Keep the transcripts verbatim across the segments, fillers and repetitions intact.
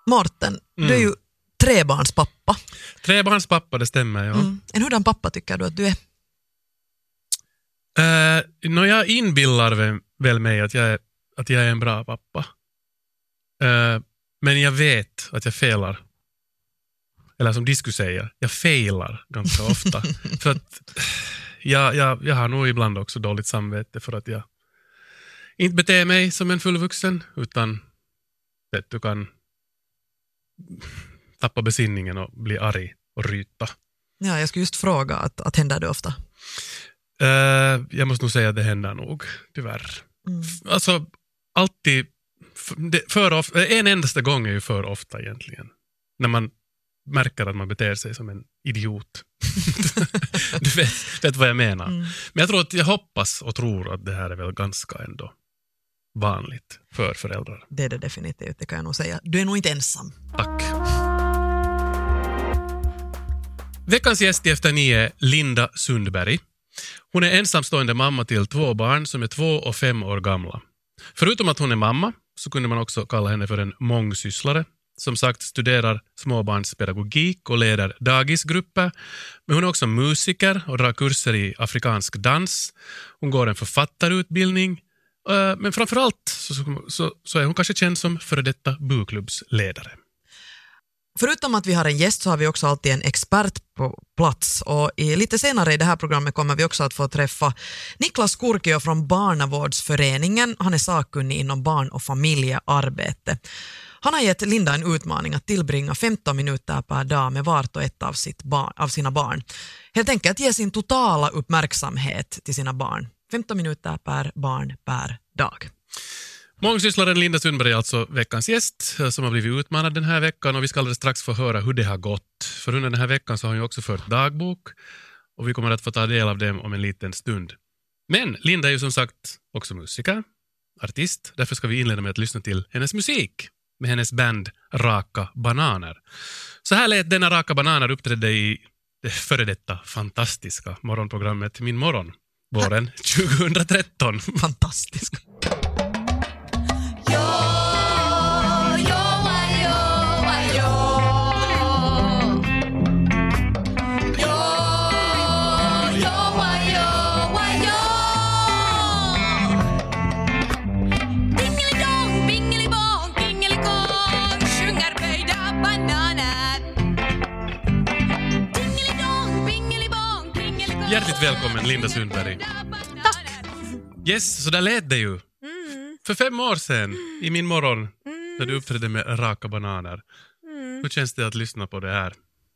Mårten, Mm. du är ju trebarnspappa. Trebarnspappa, det stämmer, ja. Mm. En hurdan pappa tycker du att du är? Uh, no, jag inbillar väl, väl mig att jag, är, att jag är en bra pappa. Uh, men jag vet att jag felar. Eller som de skulle säga, jag failar ganska ofta. För att jag, jag, jag har nog ibland också dåligt samvete för att jag inte beter mig som en fullvuxen, utan vet, du kan tappa besinningen och bli arg och ryta. Ja, jag skulle just fråga att, att händer det ofta? Uh, jag måste nog säga att det händer nog, tyvärr. Mm. Alltså, alltid för, för ofta, en endaste gång är ju för ofta egentligen. När man märker att man beter sig som en idiot. Du vet, vet vad jag menar. Mm. Men jag tror att jag hoppas och tror att det här är väl ganska ändå vanligt för föräldrar. Det är det definitivt, det kan jag nog säga. Du är nog inte ensam. Tack. Veckans gäst i Efter nio är Linda Sundberg. Hon är ensamstående mamma till två barn som är två och fem år gamla. Förutom att hon är mamma så kunde man också kalla henne för en mångsysslare. Som sagt studerar småbarnspedagogik och leder dagisgrupper. Men hon är också musiker och drar kurser i afrikansk dans. Hon går en författarutbildning. Men framförallt så, så, så är hon kanske känd som före detta bukklubbsledare. Förutom att vi har en gäst så har vi också alltid en expert på plats. Och i, lite senare i det här programmet kommer vi också att få träffa Niklas Kurkio från Barnavårdsföreningen. Han är sakkunnig inom barn- och familjearbete. Han har gett Linda en utmaning att tillbringa femton minuter per dag med vart och ett av, sitt barn, av sina barn. Helt enkelt ge sin totala uppmärksamhet till sina barn. femton minuter per barn per dag. Mångsysslaren Linda Sundberg är alltså veckans gäst som har blivit utmanad den här veckan och vi ska alldeles strax få höra hur det har gått. För under den här veckan så har hon ju också fört dagbok och vi kommer att få ta del av dem om en liten stund. Men Linda är ju som sagt också musiker, artist. Därför ska vi inleda med att lyssna till hennes musik med hennes band Raka Bananer. Så här lät denna Raka Bananer uppträdde i det före detta fantastiska morgonprogrammet Min morgon våren tjugohundratretton. Fantastiskt. Hjärtligt välkommen Linda Sundberg. Tack. Yes, så där lät det ju. Mm. För fem år sedan i Min morgon Mm. när du uppträdde med Raka Bananer. Mm. Hur känns det att lyssna på det här?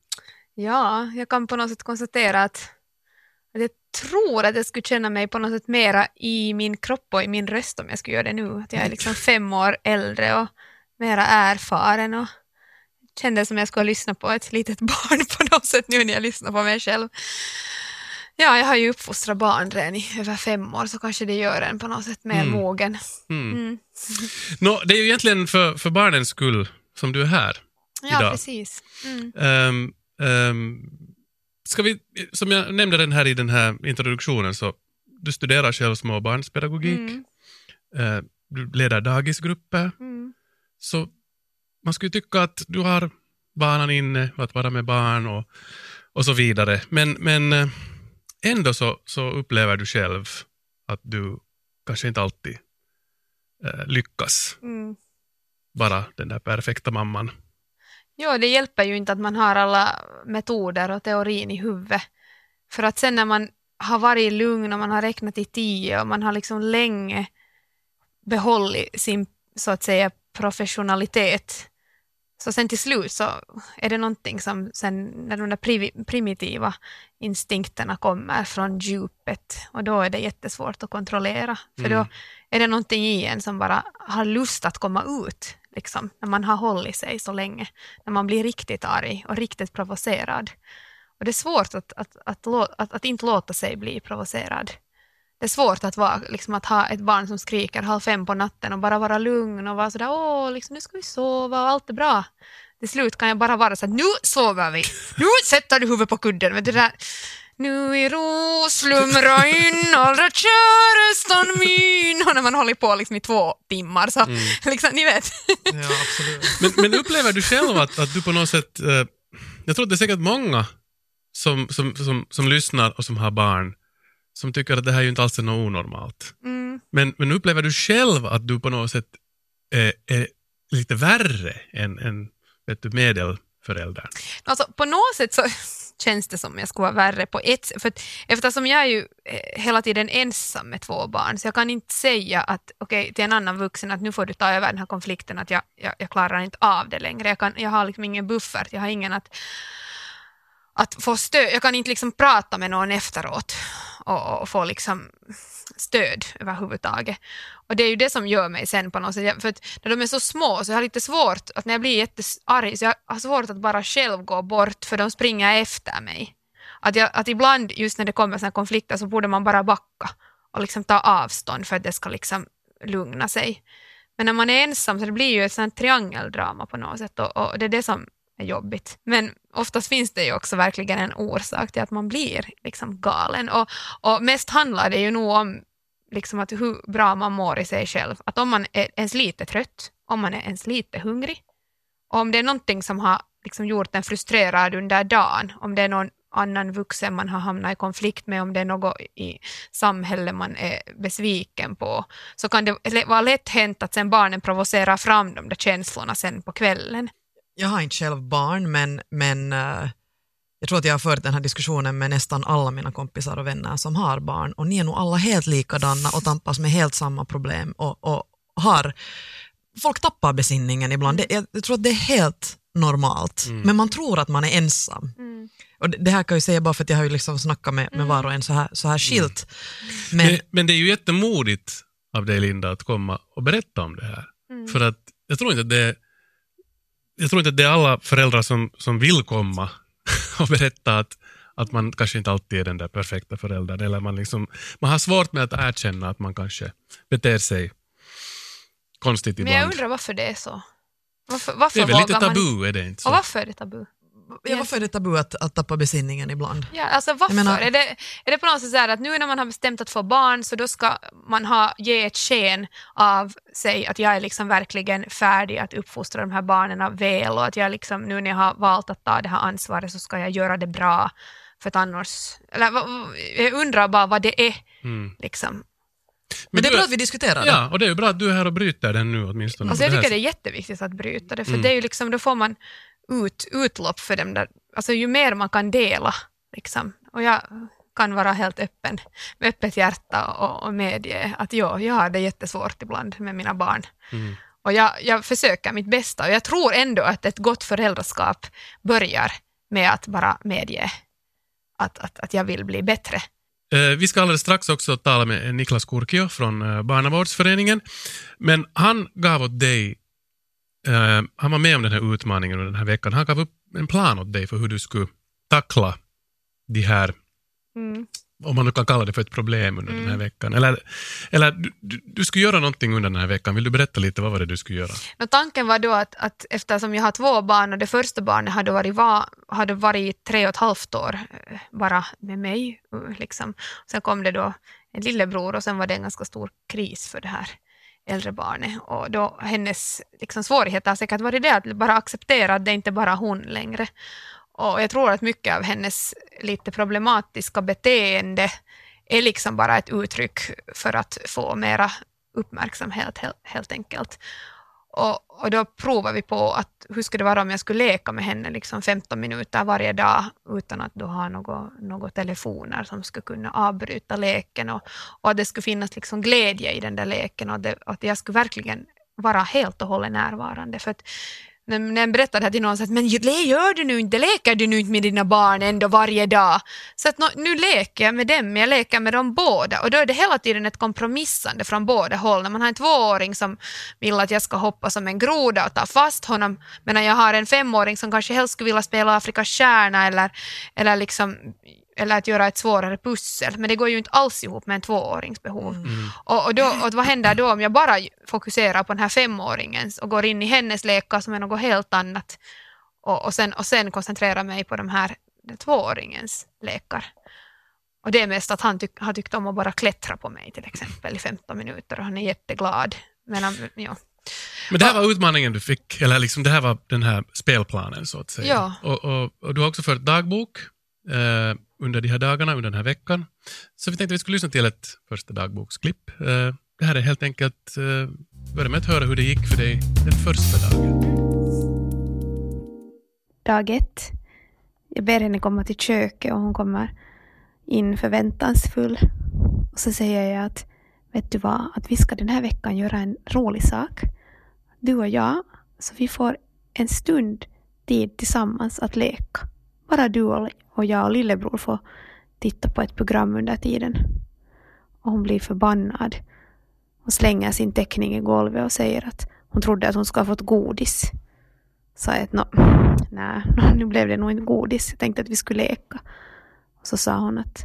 Ja, jag kan på något sätt konstatera att, att jag tror att jag skulle känna mig på något sätt mera i min kropp och i min röst om jag skulle göra det nu. Att jag är liksom fem år äldre och mera erfaren och kände som jag skulle lyssna på ett litet barn på något sätt nu när jag lyssnar på mig själv. Ja, jag har ju uppfostrat barn redan i över fem år så kanske det gör en på något sätt mer Mm. mogen. Mm. Mm. Nå, det är ju egentligen för, för barnens skull som du är här Ja, idag. precis. Mm. Um, um, ska vi, som jag nämnde den här i den här introduktionen så du studerar själv småbarnspedagogik. Mm. Uh, du leder dagisgrupper. Mm. Så man skulle tycka att du har banan inne att vara med barn och, och så vidare. Men, men uh, ändå så, så upplever du själv att du kanske inte alltid uh, lyckas Mm. vara den där perfekta mamman. Ja, det hjälper ju inte att man har alla metoder och teorin i huvudet. För att sen när man har varit lugn och man har räknat i tio och man har liksom länge behållit sin så att säga professionalitet. Så sen till slut så är det någonting som sen när de där pri- primitiva instinkterna kommer från djupet och då är det jättesvårt att kontrollera. För Mm. då är det någonting i en som bara har lust att komma ut liksom, när man har hållit sig så länge. När man blir riktigt arg och riktigt provocerad. Och det är svårt att, att, att, att, att, att inte låta sig bli provocerad. Det är svårt att, vara, liksom, att ha ett barn som skriker halv fem på natten och bara vara lugn och vara sådär, åh, liksom, nu ska vi sova och allt är bra. Till slut kan jag bara vara så här, nu sover vi, nu sätter du huvudet på kudden. Men det där, nu i ro slumra in allra kärastan min. Och när man håller på liksom i två timmar så mm. liksom, ni vet. Ja, absolut. Men, men upplever du själv att, att du på något sätt, eh, jag tror att det är säkert många som, som, som, som lyssnar och som har barn som tycker att det här är ju inte alls är något onormalt. Mm. Men, men upplever du själv att du på något sätt är, är lite värre än, än vet du, medelföräldrar? Alltså på något sätt så känns det som jag skulle vara värre på ett för att, eftersom jag är ju hela tiden ensam med två barn så jag kan inte säga att okej okay, till en annan vuxen att nu får du ta över den här konflikten att jag, jag, jag klarar inte av det längre. Jag, kan, jag har liksom ingen buffert, jag har ingen att att få stöd, jag kan inte liksom prata med någon efteråt och, och få liksom stöd överhuvudtaget. Och det är ju det som gör mig sen på något sätt. För att när de är så små så jag har lite svårt att när jag blir jättearg så jag har svårt att bara själv gå bort för de springer efter mig. Att, jag, att ibland just när det kommer såna konflikter så borde man bara backa och liksom ta avstånd för att det ska liksom lugna sig. Men när man är ensam så det blir ju ett sånt triangeldrama på något sätt och, och det är det som är jobbigt. Men oftast finns det ju också verkligen en orsak till att man blir liksom galen. Och, och mest handlar det ju nog om liksom att hur bra man mår i sig själv. Att om man är ens lite trött, om man är ens lite hungrig, och om det är någonting som har liksom gjort en frustrerad under dagen, om det är någon annan vuxen man har hamnat i konflikt med, om det är något i samhället man är besviken på, så kan det vara lätt hänt att sen barnen provocerar fram de där känslorna sen på kvällen. Jag har inte själv barn, men, men uh, jag tror att jag har fört den här diskussionen med nästan alla mina kompisar och vänner som har barn. Och ni är nog alla helt likadana och tampas med helt samma problem. Och, och har, folk tappar besinningen ibland. Det, jag, jag tror att det är helt normalt. Mm. Men man tror att man är ensam. Mm. Och det, det här kan jag säga bara för att jag har ju liksom snackat med, med var och en så här, så här skilt. Mm. Men, men, men det är ju jättemodigt av dig, Linda, att komma och berätta om det här. Mm. För att jag tror inte att det är Jag tror inte att det är alla föräldrar som, som vill komma och berätta att, att man kanske inte alltid är den där perfekta föräldern. Eller man, liksom, man har svårt med att erkänna att man kanske beter sig konstigt ibland. Men jag undrar varför det är så. Varför, varför det är väl lite tabu, man... är det inte så? Och varför är det tabu? Ja, varför är det tabu att, att tappa besinningen ibland? Ja, alltså varför? Menar... Är, det, är det på något sätt så här att nu när man har bestämt att få barn så då ska man ha, ge ett sken av sig att jag är liksom verkligen färdig att uppfostra de här barnen väl och att jag liksom nu när jag har valt att ta det här ansvaret så ska jag göra det bra för att annars, eller jag undrar bara vad det är mm. liksom. Men, Men det är bra att vi diskuterar det. Ja, och det är ju bra att du är här och bryter den nu åtminstone. Alltså jag tycker det är jätteviktigt att bryta det för mm. det är ju liksom, då får man Ut, utlopp för dem där, alltså ju mer man kan dela liksom. Och jag kan vara helt öppen med öppet hjärta och, och medge att ja, jag har det jättesvårt ibland med mina barn mm. och jag, jag försöker mitt bästa och jag tror ändå att ett gott föräldraskap börjar med att bara medge att, att, att jag vill bli bättre. Eh, vi ska alldeles strax också tala med Niklas Kurkio från eh, Barnavårdsföreningen, men han gav åt dig Uh, han var med om den här utmaningen under den här veckan. Han gav upp en plan åt dig för hur du skulle tackla de här, mm. om man nu kan kalla det för ett problem under mm. den här veckan. Eller, eller du, du, du skulle göra någonting under den här veckan. Vill du berätta lite, vad var det du skulle göra? No, tanken var då att, att eftersom jag har två barn och det första barnet hade varit, var, hade varit tre och ett halvt år bara med mig. Liksom. Sen kom det då en lillebror och sen var det en ganska stor kris för det här äldre barnet och då hennes liksom, svårigheter har säkert varit det att bara acceptera att det inte bara hon längre och jag tror att mycket av hennes lite problematiska beteende är liksom bara ett uttryck för att få mera uppmärksamhet helt, helt enkelt och, och då provar vi på att hur skulle det vara om jag skulle leka med henne liksom femton minuter varje dag utan att då ha några något telefoner som skulle kunna avbryta leken och, och att det skulle finnas liksom glädje i den där leken och det, att jag skulle verkligen vara helt och hållet närvarande för att när jag berättade här till någon så att men gör du nu inte, leker du nu inte med dina barn ändå varje dag så att nu leker jag med dem, jag leker med dem båda och då är det hela tiden ett kompromissande från båda håll. När man har en tvååring som vill att jag ska hoppa som en groda och ta fast honom medan jag har en femåring som kanske helst skulle vilja spela Afrikas stjärna eller, eller liksom eller att göra ett svårare pussel. Men det går ju inte alls ihop med en tvåårings behov. Mm. Och, och, då, och vad händer då om jag bara fokuserar på den här femåringens och går in i hennes lekar som är något helt annat och, och, sen, och sen koncentrerar mig på de här tvååringens lekar. Och det är mest att han tyck, har tyckt om att bara klättra på mig till exempel i femton minuter och han är jätteglad. Men, han, ja. Men det här var utmaningen du fick, eller liksom det här var den här spelplanen så att säga. Ja. Och, och, och du har också fört dagbok eh, under de här dagarna, under den här veckan. Så vi tänkte att vi skulle lyssna till ett första dagboksklipp. Eh, det här är helt enkelt, eh, börja med att höra hur det gick för dig den första dagen. Dag ett. Jag ber henne komma till köket och hon kommer in förväntansfull. Och så säger jag att, vet du vad, att vi ska den här veckan göra en rolig sak. Du och jag, så vi får en stund tid tillsammans att leka. Bara du och jag och lillebror får titta på ett program under tiden. Och hon blir förbannad. Hon slänger sin teckning i golvet och säger att hon trodde att hon skulle ha fått godis. Sa jag att no, nej, nu blev det nog inte godis. Jag tänkte att vi skulle leka. Och så sa hon att,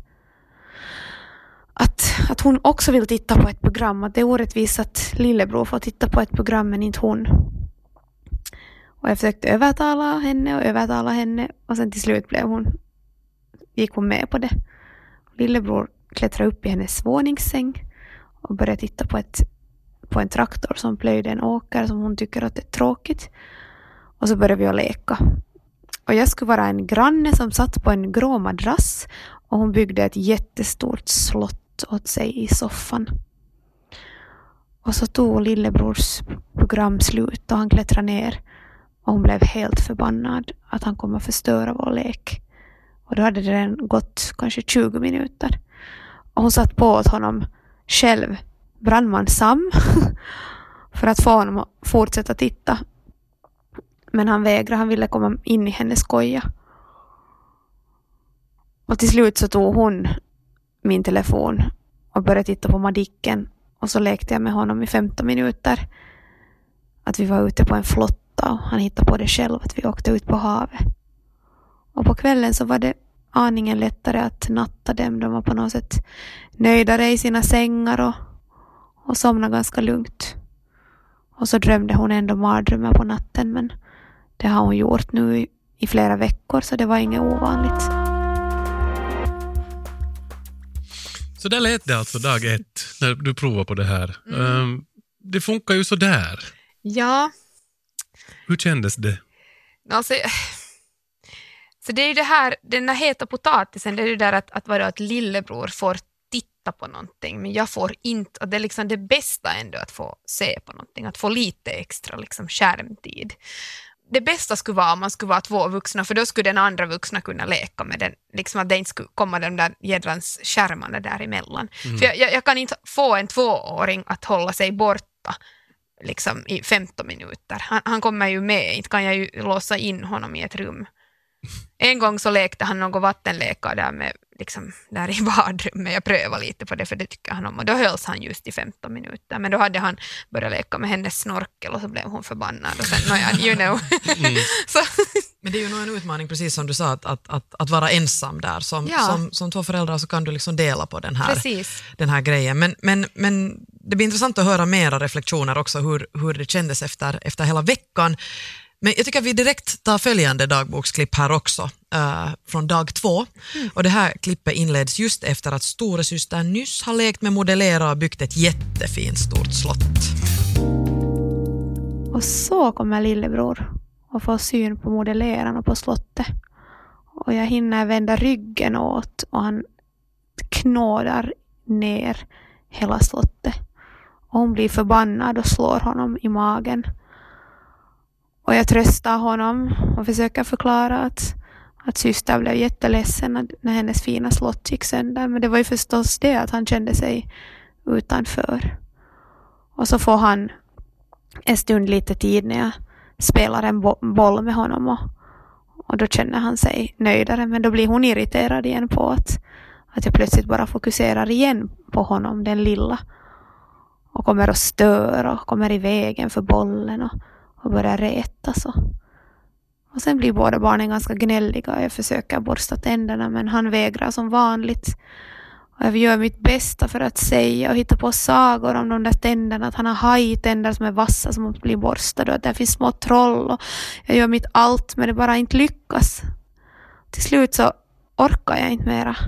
att, att hon också vill titta på ett program. Att det är orättvist att lillebror får titta på ett program men inte hon. Och jag försökte övertala henne och övertala henne. Och sen till slut blev hon, gick hon med på det. Lillebror klättrade upp i hennes våningssäng. Och började titta på, ett, på en traktor som plöjde en åker som hon tycker att det är tråkigt. Och så började vi att leka. Och jag skulle vara en granne som satt på en grå madrass. Och hon byggde ett jättestort slott åt sig i soffan. Och så tog lillebrors program slut och han klättrade ner. Och hon blev helt förbannad att han kommer förstöra vår lek. Och då hade det gått kanske tjugo minuter. Och hon satt på åt honom själv, brandman Sam, för att få honom att fortsätta titta. Men han vägrade, han ville komma in i hennes koja. Och till slut så tog hon min telefon och började titta på Madicken. Och så lekte jag med honom i femton minuter. Att vi var ute på en flotta och han hittade på det själv att vi åkte ut på havet. Och på kvällen så var det aningen lättare att natta dem. De var på något sätt nöjdare i sina sängar och, och somnade ganska lugnt. Och så drömde hon ändå mardrömmar på natten, men det har hon gjort nu i, i flera veckor så det var inget ovanligt. Så där lät det alltså dag ett när du provar på det här. Mm. Um, det funkar ju så där. Ja. Hur kändes det? Alltså, så det är ju det här, den här heta potatisen, det är ju där att, att vara att lillebror får titta på någonting, men jag får inte, och det är liksom det bästa ändå att få se på någonting, att få lite extra liksom skärmtid. Det bästa skulle vara om man skulle vara två vuxna, för då skulle den andra vuxna kunna leka med den, liksom att det inte skulle komma de där jädrans skärmarna däremellan. Mm. För jag, jag, jag kan inte få en tvååring att hålla sig borta liksom i femton minuter. Han, han kommer ju med, inte kan jag ju låsa in honom i ett rum. En gång så lekte han någon vattenlekar där med liksom där i badrummet. Jag prövade lite på det för det tycker han om. Och då hölls han just i femton minuter. Men då hade han börjat leka med hennes snorkel och så blev hon förbannad. Och sen, no, ja, you know. Mm. Så. Men det är ju nog en utmaning, precis som du sa, att, att, att, att vara ensam där. Som, ja. som, som två föräldrar så kan du liksom dela på den här, precis. den här grejen. Men, men, men det blir intressant att höra mera reflektioner också hur, hur det kändes efter, efter hela veckan. Men jag tycker att vi direkt tar följande dagboksklipp här också, uh, från dag två. Mm. Och det här klippet inleds just efter att storasyster nyss har lekt med modellera och byggt ett jättefint stort slott. Och så kommer lillebror och får syn på modellerarna på slottet. Och jag hinner vända ryggen åt och han knådar ner hela slottet. Och hon blir förbannad och slår honom i magen. Och jag tröstar honom och försöker förklara att, att syster blev jätteledsen när hennes fina slott gick sönder. Men det var ju förstås det att han kände sig utanför. Och så får han en stund lite tid när jag spelar en bo- boll med honom. Och, och då känner han sig nöjdare. Men då blir hon irriterad igen på att, att jag plötsligt bara fokuserar igen på honom, den lilla. Och kommer att störa och kommer i vägen för bollen och och börjar retas. Och, och sen blir båda barnen ganska gnälliga. Jag försöker borsta tänderna men han vägrar som vanligt. Och jag gör mitt bästa för att säga och hitta på sagor om de där tänderna. Att han har hajtänder som är vassa som blir borstade och att där finns små troll. Och jag gör mitt allt men det bara inte lyckas. Till slut så orkar jag inte mera.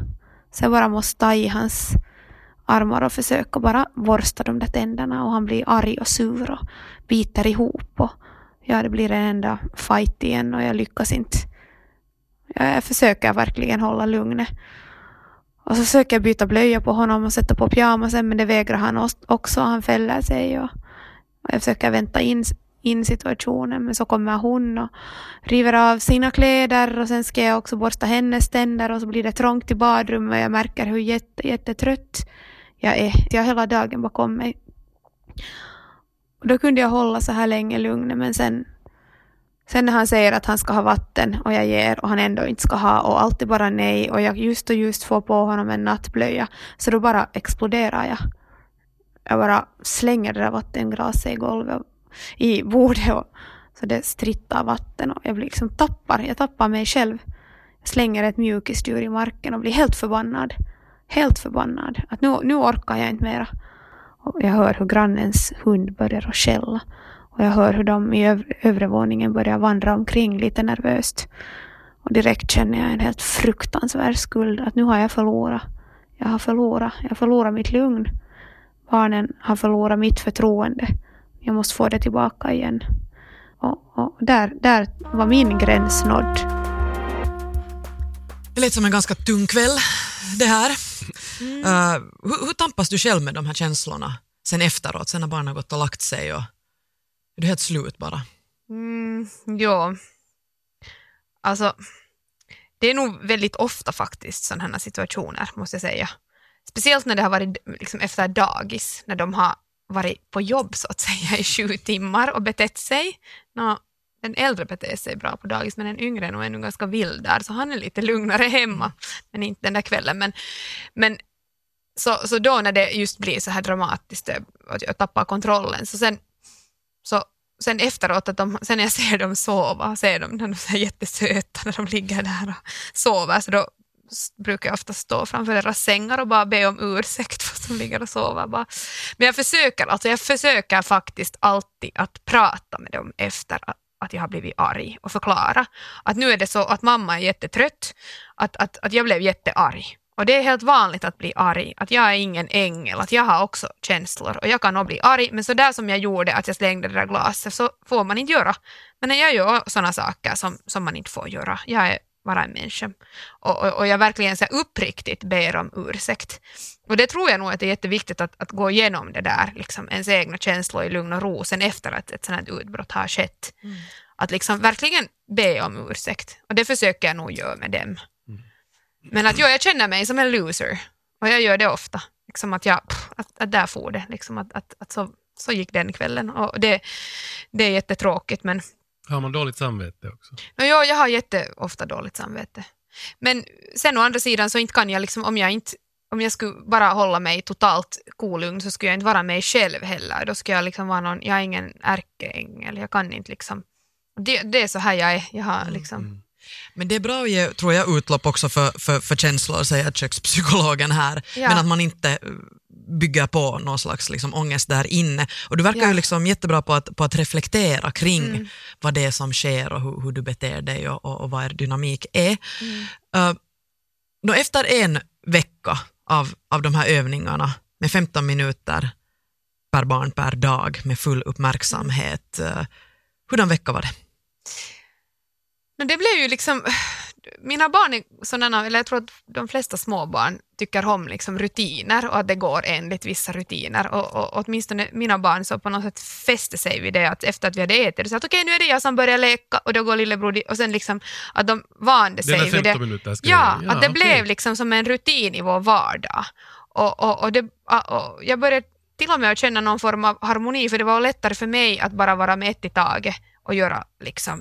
Så jag bara måste ta i hans armar och försöka bara borsta de där tänderna. Och han blir arg och sur och biter ihop. Och ja, det blir en enda fight igen och jag lyckas inte. Jag försöker verkligen hålla lugnet. Och så försöker jag byta blöja på honom och sätta på pyjamasen, men det vägrar han också. Han fäller sig och, och jag försöker vänta in, in situationen, men så kommer hon och river av sina kläder och sen ska jag också borsta hennes tänder och så blir det trångt i badrummet och jag märker hur jätte, jättetrött jag är. Jag har hela dagen bakom mig. Och då kunde jag hålla så här länge lugnet, men sen Sen när han säger att han ska ha vatten och jag ger och han ändå inte ska ha och alltid bara nej och jag just och just får på honom en nattblöja, så då bara exploderar jag. Jag bara slänger det där vattenglaset i golvet i bordet och så det strittar vatten och jag blir liksom tappar, jag tappar mig själv. Jag slänger ett mjukisdjur i marken och blir helt förbannad. Helt förbannad. Att nu, nu orkar jag inte mera. Och jag hör hur grannens hund börjar att skälla. Och jag hör hur de i öv- övre våningen börjar vandra omkring lite nervöst. Och direkt känner jag en helt fruktansvärd skuld. Att nu har jag förlorat. Jag har förlorat. Jag har förlorat mitt lugn. Barnen har förlorat mitt förtroende. Jag måste få det tillbaka igen. Och, och där, där var min gräns nådd. Det lät som en ganska tung kväll det här. Mm. Uh, hur, hur tampas du själv med de här känslorna sen efteråt, sen när barnen har gått och lagt sig och är du helt slut bara? Mm, ja. Alltså, det är nog väldigt ofta faktiskt sådana här situationer, måste jag säga. Speciellt när det har varit liksom efter dagis, när de har varit på jobb så att säga i sju timmar och betett sig. Nå, den äldre beter sig bra på dagis, men den yngre är nog ännu ganska vild där, så han är lite lugnare hemma, men inte den där kvällen. Men, men så, så då när det just blir så här dramatiskt att jag tappar kontrollen, så sen Så sen efteråt, att de, sen när jag ser dem sova, ser dem när de är jättesöta när de ligger där och sover, så då brukar jag ofta stå framför deras sängar och bara be om ursäkt för att de ligger och sover. Bara. Men jag försöker, alltså jag försöker faktiskt alltid att prata med dem efter att, att jag har blivit arg och förklara att nu är det så att mamma är jättetrött, att, att, att jag blev jättearg. Och det är helt vanligt att bli arg, att jag är ingen ängel, att jag har också känslor och jag kan nog bli arg, men så där som jag gjorde att jag slängde det där glaset så får man inte göra. Men när jag gör sådana saker som, som man inte får göra, jag är bara en människa och, och, och jag verkligen så uppriktigt ber om ursäkt. Och det tror jag nog att det är jätteviktigt att, att gå igenom det där, liksom ens egna känslor i lugn och ro sen efter att ett sådant utbrott har skett. Mm. Att liksom verkligen be om ursäkt, och det försöker jag nog göra med dem. Mm. Men att jag, jag känner mig som en loser. Och jag gör det ofta. Liksom att, jag, att, att där får det. Liksom att, att, att så, så gick den kvällen. Och det, det är jättetråkigt. Men har man dåligt samvete också? Ja, jag har jätteofta dåligt samvete. Men sen å andra sidan så inte kan jag liksom, om jag inte om jag skulle bara hålla mig totalt kolugn så skulle jag inte vara mig själv heller. Då skulle jag liksom vara någon, jag är ingen ärkeängel. Jag kan inte liksom, det, det är så här jag är. Jag har liksom... Mm. Men det är bra att ge, tror jag, utlopp också för, för, för känslor, säger kökspsykologen här. Ja. Men att man inte bygger på någon slags liksom ångest där inne. Och du verkar ja. ju liksom jättebra på att, på att reflektera kring mm. vad det är som sker och hur, hur du beter dig och, och, och vad er dynamik är. Mm. Uh, då efter en vecka av, av de här övningarna med femton minuter per barn per dag med full uppmärksamhet, uh, hurdan vecka var det? Men det blev ju liksom, mina barn är sådana, eller jag tror att de flesta småbarn tycker om liksom rutiner och att det går enligt vissa rutiner. Och, och, och åtminstone mina barn så på något sätt fäste sig vid det att efter att vi hade ätit så att okej, okay, nu är det jag som börjar leka och då går lillebror och sen liksom att de vande sig vid det. Minuter, ja, ja, att det okay. blev liksom som en rutin i vår vardag. Och, och, och, det, och jag började till och med att känna någon form av harmoni, för det var lättare för mig att bara vara med ett i taget och göra liksom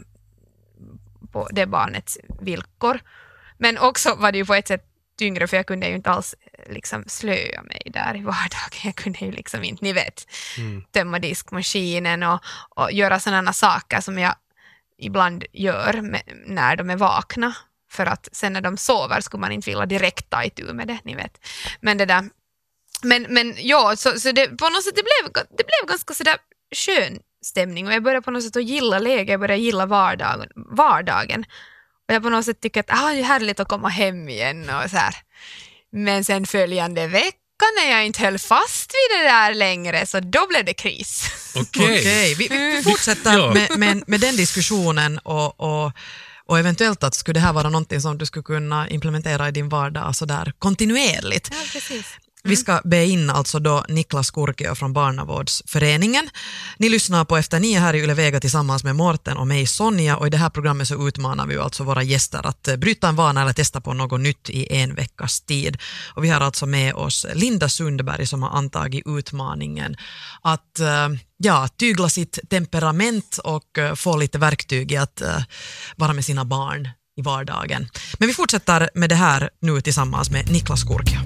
på det barnets villkor. Men också var det ju på ett sätt tyngre, för jag kunde ju inte alls liksom slöa mig där i vardagen. Jag kunde ju liksom inte, ni vet, mm. tömma diskmaskinen och, och göra sådana saker som jag ibland gör med, när de är vakna. För att sen när de sover skulle man inte vilja direkt ta itu med det, ni vet. Men det där, men, men ja, så, så det, på något sätt det blev, det blev ganska sådär skön stämning och jag började på något sätt att gilla läge, jag började gilla vardagen, vardagen. Och jag på något sätt tycker att ah, det är härligt att komma hem igen och så här. Men sen följande vecka när jag inte höll fast vid det där längre, så då blev det kris. Okej. Okej, vi, vi, vi fortsätter Ja. med, med, med den diskussionen och, och, och eventuellt att skulle det här vara någonting som du skulle kunna implementera i din vardag så där kontinuerligt. Ja, precis. Vi ska be in alltså då Niklas Kurkio från Barnavårdsföreningen. Ni lyssnar på Efter nio här i Yle Vega tillsammans med Morten och mig Sonja, och i det här programmet så utmanar vi alltså våra gäster att bryta en vana eller testa på något nytt i en veckas tid. Och vi har alltså med oss Linda Sundberg som har antagit utmaningen att ja, tygla sitt temperament och få lite verktyg i att vara med sina barn i vardagen. Men vi fortsätter med det här nu tillsammans med Niklas Kurkio.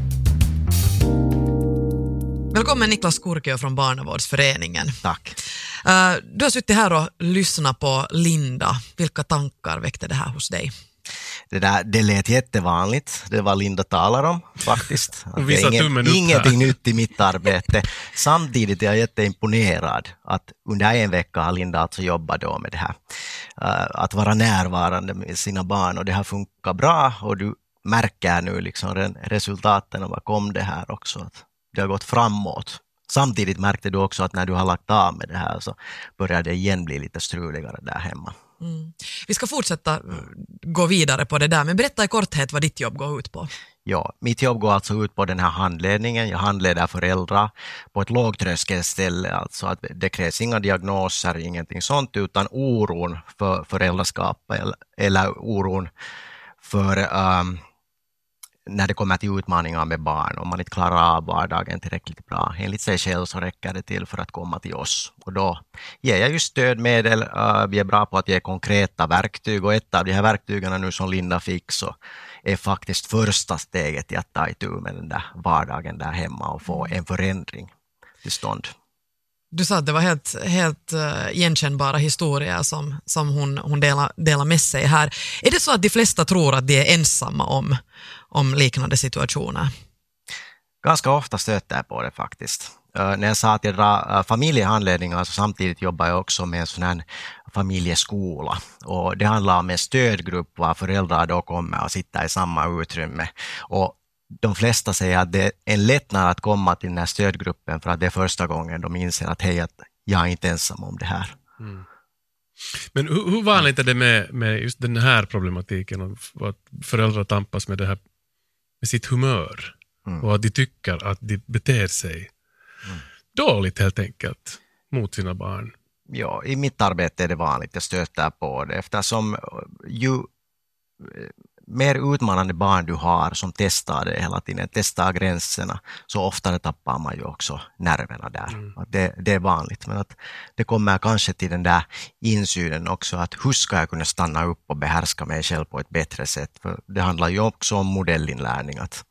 Välkommen Niklas Kurkio från Barnavårdsföreningen. Tack. Uh, du har suttit här och lyssnat på Linda. Vilka tankar väckte det här hos dig? Det, där, det lät jättevanligt, det var Linda talar om faktiskt. Att visar det är tummen upp här. ingenting nytt i mitt arbete. Samtidigt är jag jätteimponerad att under en vecka har Linda alltså jobbat då med det här. Uh, att vara närvarande med sina barn, och det har funkat bra, och du märker nu liksom resultaten bakom det här också. Att det har gått framåt. Samtidigt märkte du också att när du har lagt av med det här så börjar det igen bli lite struligare där hemma. Mm. Vi ska fortsätta gå vidare på det där, men berätta i korthet vad ditt jobb går ut på. Ja, mitt jobb går alltså ut på den här handledningen. Jag handleder föräldrar på ett lågtröskelställe, alltså att det krävs inga diagnoser, ingenting sånt, utan oron för föräldraskap eller, eller oron för um, när det kommer till utmaningar med barn. Om man inte klarar av vardagen tillräckligt bra enligt sig själv, så räcker det till för att komma till oss. Och då ger jag ju stödmedel. Uh, vi är bra på att ge konkreta verktyg, och ett av de här verktygen nu som Linda fick så är faktiskt första steget i att ta itu med den där vardagen där hemma och få en förändring till stånd. Du sa att det var helt, helt uh, igenkännbara historier som, som hon, hon delar, delar med sig här. Är det så att de flesta tror att de är ensamma om, om liknande situationer? Ganska ofta stöter jag på det faktiskt. Uh, när jag sa att jag drar uh, familjehandledningar, så samtidigt jobbar jag också med en sån här familjeskola. Och det handlar om en stödgrupp var föräldrar då kommer och sitter i samma utrymme. Och de flesta säger att det är en lättnad att komma till den här stödgruppen, för att det är första gången de inser att hej, att jag är inte ensam om det här. Mm. Men hur, hur vanligt är det med, med just den här problematiken, och att föräldrar tampas med det här med sitt humör mm. och att de tycker att de beter sig mm. dåligt helt enkelt mot sina barn? Ja, i mitt arbete är det vanligt, jag stöter på det, eftersom ju mer utmanande barn du har som testar det hela tiden, testar gränserna, så oftare tappar man ju också nerverna där. Mm. Att det, det är vanligt, men att det kommer kanske till den där insynen också, att hur ska jag kunna stanna upp och behärska mig själv på ett bättre sätt? För det handlar ju också om modellinlärning. Att,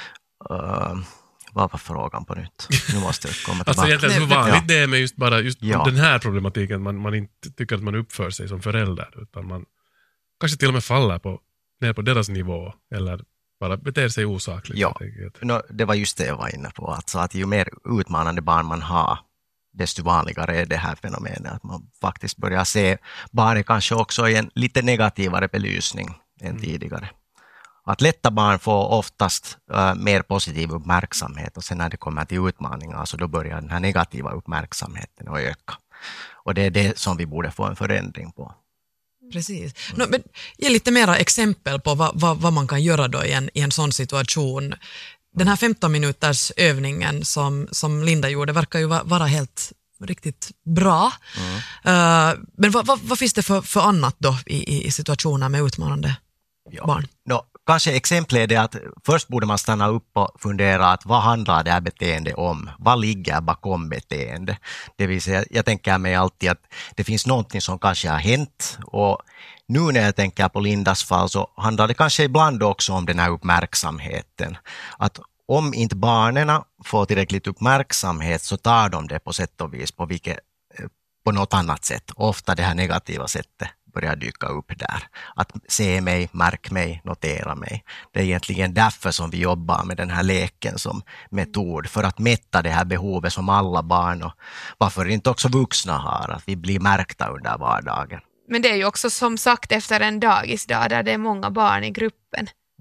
uh, vad var frågan på nytt? Nu måste jag komma tillbaka. Alltså egentligen hur vanligt ja. det är med just bara just ja. den här problematiken, man, man inte tycker att man uppför sig som förälder, utan man kanske till och med faller på ner på deras nivå, eller bara beter sig osakligt. Ja, no, det var just det jag var inne på. Alltså att ju mer utmanande barn man har, desto vanligare är det här fenomenet. Att man faktiskt börjar se barnet kanske också i en lite negativare belysning än mm. tidigare. Att lätta barn får oftast uh, mer positiv uppmärksamhet, och sen när det kommer till utmaningar så då börjar den här negativa uppmärksamheten att öka. Och det är det som vi borde få en förändring på. Precis. No, men ge lite mera exempel på vad, vad, vad man kan göra då i en, i en sån situation. Den här femton minuters övningen som, som Linda gjorde verkar ju vara helt riktigt bra. Mm. Uh, men vad, vad, vad finns det för, för annat då i, i situationer med utmanande ja. barn? No, kanske exempel är det att först borde man stanna upp och fundera att vad handlar det här beteendet om? Vad ligger bakom beteende? Det vill säga, jag tänker mig alltid att det finns någonting som kanske har hänt, och nu när jag tänker på Lindas fall så handlar det kanske ibland också om den här uppmärksamheten. Att om inte barnen får tillräckligt uppmärksamhet så tar de det på sätt och vis på, vilket, på något annat sätt. Ofta det här negativa sättet börjar dyka upp där. Att se mig, märk mig, notera mig. Det är egentligen därför som vi jobbar med den här leken som metod. För att mätta det här behovet som alla barn, och varför inte också vuxna har. Att vi blir märkta under vardagen. Men det är ju också som sagt efter en dagisdag där det är många barn i gruppen.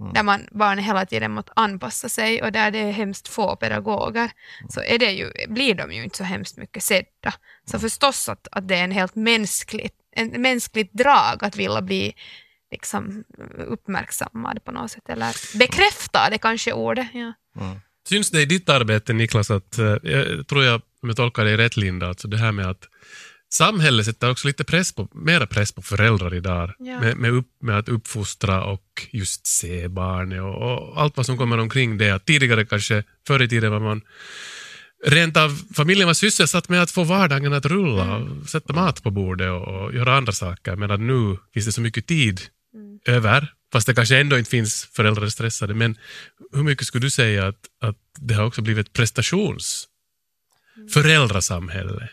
mm. där man barnen hela tiden måste anpassa sig och där det är hemskt få pedagoger, mm. så är det ju, blir de ju inte så hemskt mycket sedda. Så mm. förstås att, att det är en helt mänskligt, en mänskligt drag att vilja bli liksom uppmärksammad på något sätt, eller bekräfta det kanske ordet. Ja. Mm. Syns det i ditt arbete, Niklas, att jag tror jag, om jag tolkar dig rätt, Linda, alltså det här med att samhället sätter också lite press på, mera press på föräldrar idag, ja. med, med, upp, med att uppfostra och just se barnet och, och allt vad som kommer omkring det. Att tidigare kanske, förr i tiden var man rent av, familjen var sysselsatt med att få vardagen att rulla, mm. och sätta mat på bordet och, och göra andra saker, medan nu finns det så mycket tid mm. över, fast det kanske ändå inte finns föräldrar stressade. Men hur mycket skulle du säga att, att det har också blivit ett prestations mm. föräldrasamhälle?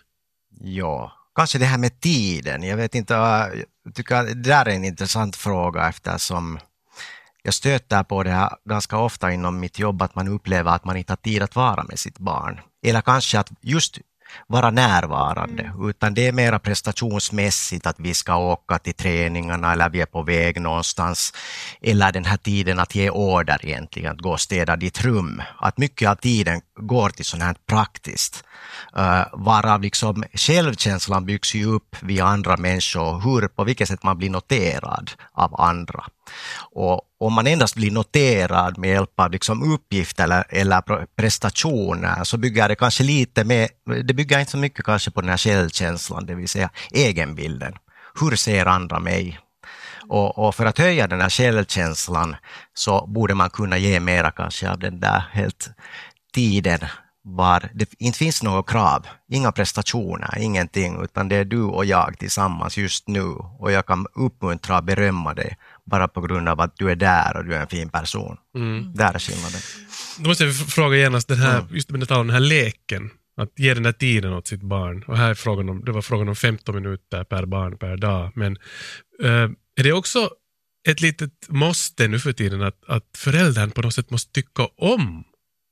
Ja, kanske det här med tiden. Jag vet inte, jag tycker att det där är en intressant fråga, eftersom jag stöter på det här ganska ofta inom mitt jobb, att man upplever att man inte har tid att vara med sitt barn. Eller kanske att just vara närvarande, mm. utan det är mera prestationsmässigt, att vi ska åka till träningarna eller vi är på väg någonstans, eller den här tiden att ge order egentligen, att gå och städa ditt rum. Att mycket av tiden går till sånt här praktiskt. Uh, varav liksom självkänslan byggs ju upp via andra människor, hur, på vilket sätt man blir noterad av andra. Och om man endast blir noterad med hjälp av liksom uppgifter eller, eller prestationer, så bygger det kanske lite med, det bygger inte så mycket kanske på den här självkänslan, det vill säga egenbilden. Hur ser andra mig? Och, och för att höja den här självkänslan så borde man kunna ge mera kanske av den där helt tiden, var det inte finns några krav, inga prestationer, ingenting, utan det är du och jag tillsammans just nu, och jag kan uppmuntra och berömma dig bara på grund av att du är där och du är en fin person. Mm. Där är skillnaden. Då måste jag fråga genast, den här, mm. just med det, den här leken, att ge den här tiden åt sitt barn, och här är frågan om, det var frågan om femton minuter per barn per dag, men äh, är det också ett litet måste nu för tiden att, att föräldern på något sätt måste tycka om?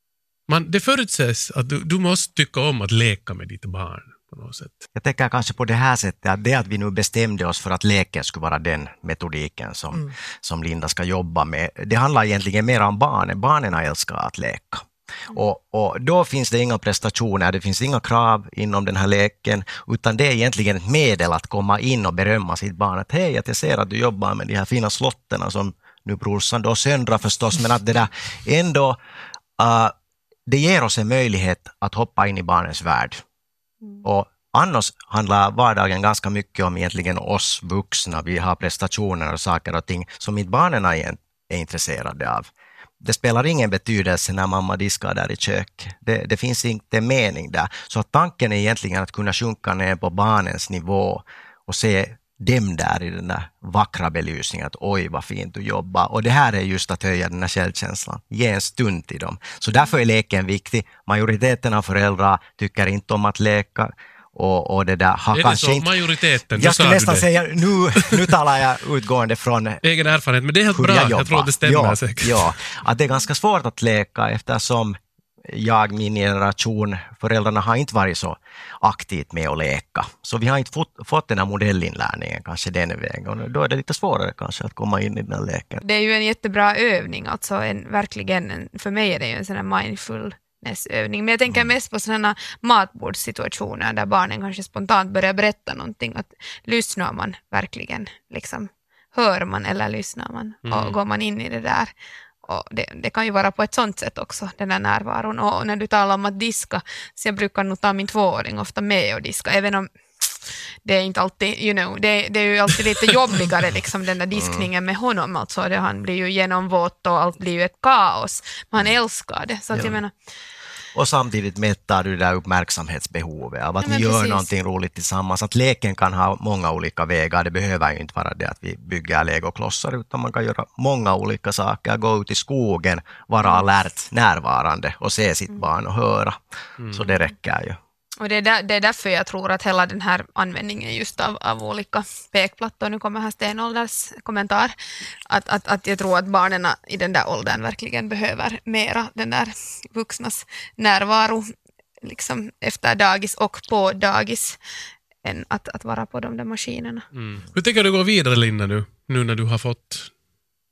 Man, det förutsätts att du, du måste tycka om att leka med ditt barn på något sätt. Jag tänker kanske på det här sättet, att det att vi nu bestämde oss för att leken skulle vara den metodiken som, mm. som Linda ska jobba med. Det handlar egentligen mer om barnen. Barnen älskar att leka. Mm. Och, och då finns det inga prestationer, det finns inga krav inom den här leken, utan det är egentligen ett medel att komma in och berömma sitt barn. Att hej, jag ser att du jobbar med de här fina slotterna som nu brorsan då söndrar förstås, men att det där ändå... Uh, det ger oss en möjlighet att hoppa in i barnens värld. Mm. Och annars handlar vardagen ganska mycket om egentligen oss vuxna. Vi har prestationer och saker och ting som inte barnen är intresserade av. Det spelar ingen betydelse när mamma diskar där i kök. Det, det finns inte mening där. Så att tanken är egentligen att kunna sjunka ner på barnens nivå och se dem där i den där vackra belysningen, att oj vad fint du jobbar. Och det här är just att höja den här självkänslan, ge en stund till dem. Så därför är leken viktig. Majoriteten av föräldrar tycker inte om att leka. Och, och det där har är kanske det så? Inte... Majoriteten? Jag skulle nästan säga, nu, nu talar jag utgående från egen erfarenhet, men det är helt bra. Jag, jag tror att det stämmer ja, säkert. Ja, att det är ganska svårt att leka, eftersom jag, min generation, föräldrarna har inte varit så aktivt med att leka. Så vi har inte fått, fått den här modellinlärningen kanske den vägen. Och då är det lite svårare kanske att komma in i den här leken. Det är ju en jättebra övning, alltså en, verkligen, en, för mig är det ju en sån här mindfulness-övning. Men jag tänker mm. mest på sådana matbordssituationer där barnen kanske spontant börjar berätta någonting. Att lyssnar man verkligen, liksom, hör man eller lyssnar man mm. och går man in i det där. Och det, det kan ju vara på ett sånt sätt också, den här närvaron. Och när du talar om att diska, så jag brukar nog ta min tvååring ofta med och diska, även om det är inte alltid, you know, det, det är ju alltid lite jobbigare liksom, den där diskningen med honom. Alltså, det, han blir ju genomvåt och allt blir ju ett kaos. Men han älskar det, så att ja. jag menar... Och samtidigt mättar du det där uppmärksamhetsbehovet av att ja, ni gör precis. Någonting roligt tillsammans. Att leken kan ha många olika vägar. Det behöver ju inte vara det att vi bygger legoklossar, utan man kan göra många olika saker. Gå ut i skogen, vara alert, närvarande och se sitt mm. barn och höra. Mm. Så det räcker ju. Och det är, där, det är därför jag tror att hela den här användningen just av, av olika pekplattor, nu kommer här stenålders kommentar, att, att, att jag tror att barnen i den där åldern verkligen behöver mera den där vuxnas närvaro liksom efter dagis och på dagis än att, att vara på de där maskinerna. Mm. Hur tänker du gå vidare, Linda, nu, nu när du har fått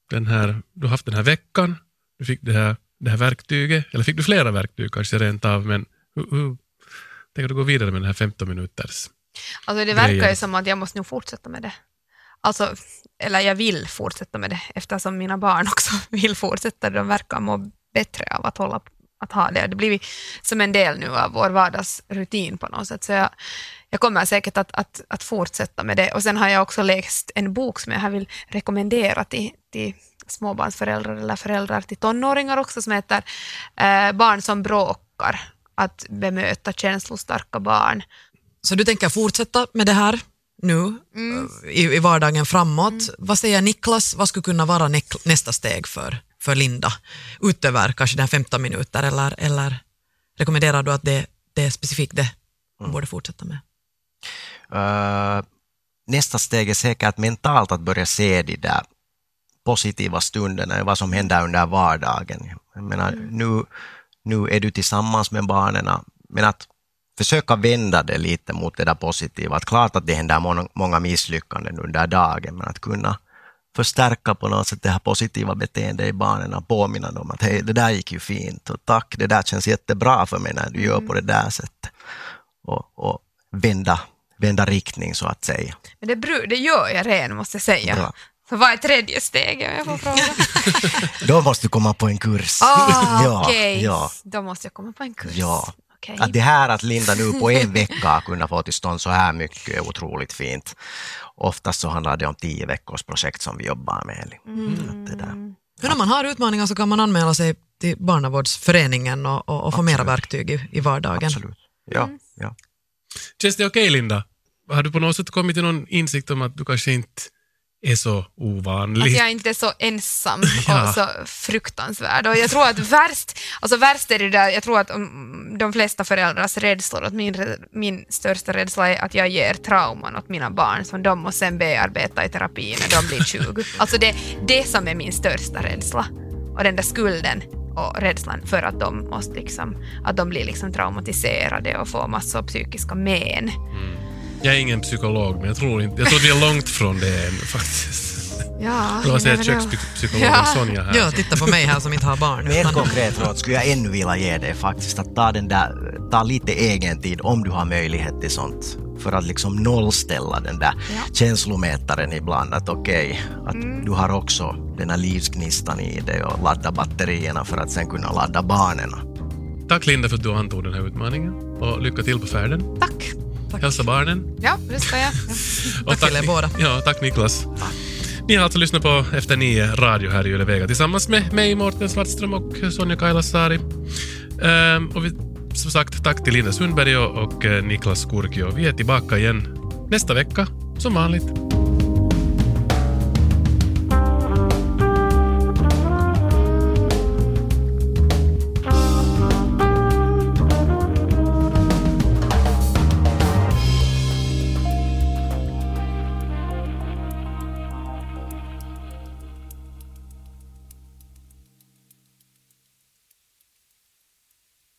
den här, du har haft den här veckan, du fick det här, det här verktyget, eller fick du flera verktyg kanske rent av, men hur, hur tänker du gå vidare med den här femton minuters? Alltså det verkar grejen? ju som att jag måste nog fortsätta med det. Alltså, eller jag vill fortsätta med det eftersom mina barn också vill fortsätta. De verkar må bättre av att hålla att ha det. Det blir som en del nu av vår vardagsrutin på något sätt. Så jag, jag kommer säkert att, att, att fortsätta med det. Och sen har jag också läst en bok som jag här vill rekommendera till, till småbarnsföräldrar eller föräldrar till tonåringar också, som heter eh, Barn som bråkar. Att bemöta känslostarka barn. Så du tänker fortsätta med det här nu Mm. i, i vardagen framåt. Mm. Vad säger Niklas? Vad skulle kunna vara nä- nästa steg för, för Linda? Utöver kanske den femton minuter eller, eller rekommenderar du att det, det är specifikt det man borde fortsätta med? Uh, nästa steg är säkert mentalt att börja se de där positiva stunderna, vad som händer under vardagen. Jag menar, mm. nu, nu är du tillsammans med barnen, men att försöka vända det lite mot det där positiva. Att klart att det händer många, många misslyckanden under dagen, men att kunna förstärka på något sätt det här positiva beteendet i barnen och påminna dem att hej, det där gick ju fint och tack, det där känns jättebra för mig när du gör på det där sättet. Och, och vända, vända riktning så att säga. Men det, bru- det gör jag redan, måste jag säga. Bra. Så vad är tredje steg? Jag får fråga. Då måste du komma på en kurs. Ah, ja, okej. ja, Då måste jag komma på en kurs. ja. Okej. Att det här att Linda nu på en vecka har kunnat få till stånd så här mycket är otroligt fint. Oftast så handlar det om tio veckors projekt som vi jobbar med. Mm. Att det där. För när man har utmaningar så kan man anmäla sig till Barnavårdsföreningen och, och, och få mera verktyg i, i vardagen. Absolut. Ja, Mm. ja. Känns det okej, Linda? Har du på något sätt kommit till någon insikt om att du kanske inte är så ovanlig? Att jag inte är så ensam Ja. och så fruktansvärd. Och jag tror att värst, alltså värst är det där, jag tror att um, de flesta föräldrars rädslor, att min, min största rädsla är att jag ger trauman åt mina barn som de måste sen bearbeta i terapi när de blir tjugo. Alltså det det som är min största rädsla. Och den där skulden och rädslan för att de måste liksom, att de blir liksom traumatiserade och får massor av psykiska men. Jag är ingen psykolog, men jag tror inte, jag tror vi är långt från det än faktiskt. Ja, Eller vad säger you never know. kökspsykologen Ja. Sonja här? Ja, titta på mig här som inte har barn. Mer utan- konkret råd skulle jag ännu vilja ge dig faktiskt. Att ta, den där, ta lite egen tid om du har möjlighet till sånt. För att liksom nollställa den där Ja. känslomätaren ibland. Att okej, att Mm. du har också den här livsgnistan i dig och ladda batterierna för att sen kunna ladda barnen. Tack Linda för att du antog den här utmaningen. Och lycka till på färden. Tack. Hälsa barnen. Ja, det ska jag. Ja. Och Tack till er Ni- båda. Ja, tack Niklas. Ni har alltså lyssnat på Efter nio radio här i Yle Vega tillsammans med mig, Mårten Svartström och Sonja Kailasari. Ehm, och vi, som sagt, tack till Linda Sundberg och, och eh, Niklas Kurkio. Vi är tillbaka igen nästa vecka, som vanligt.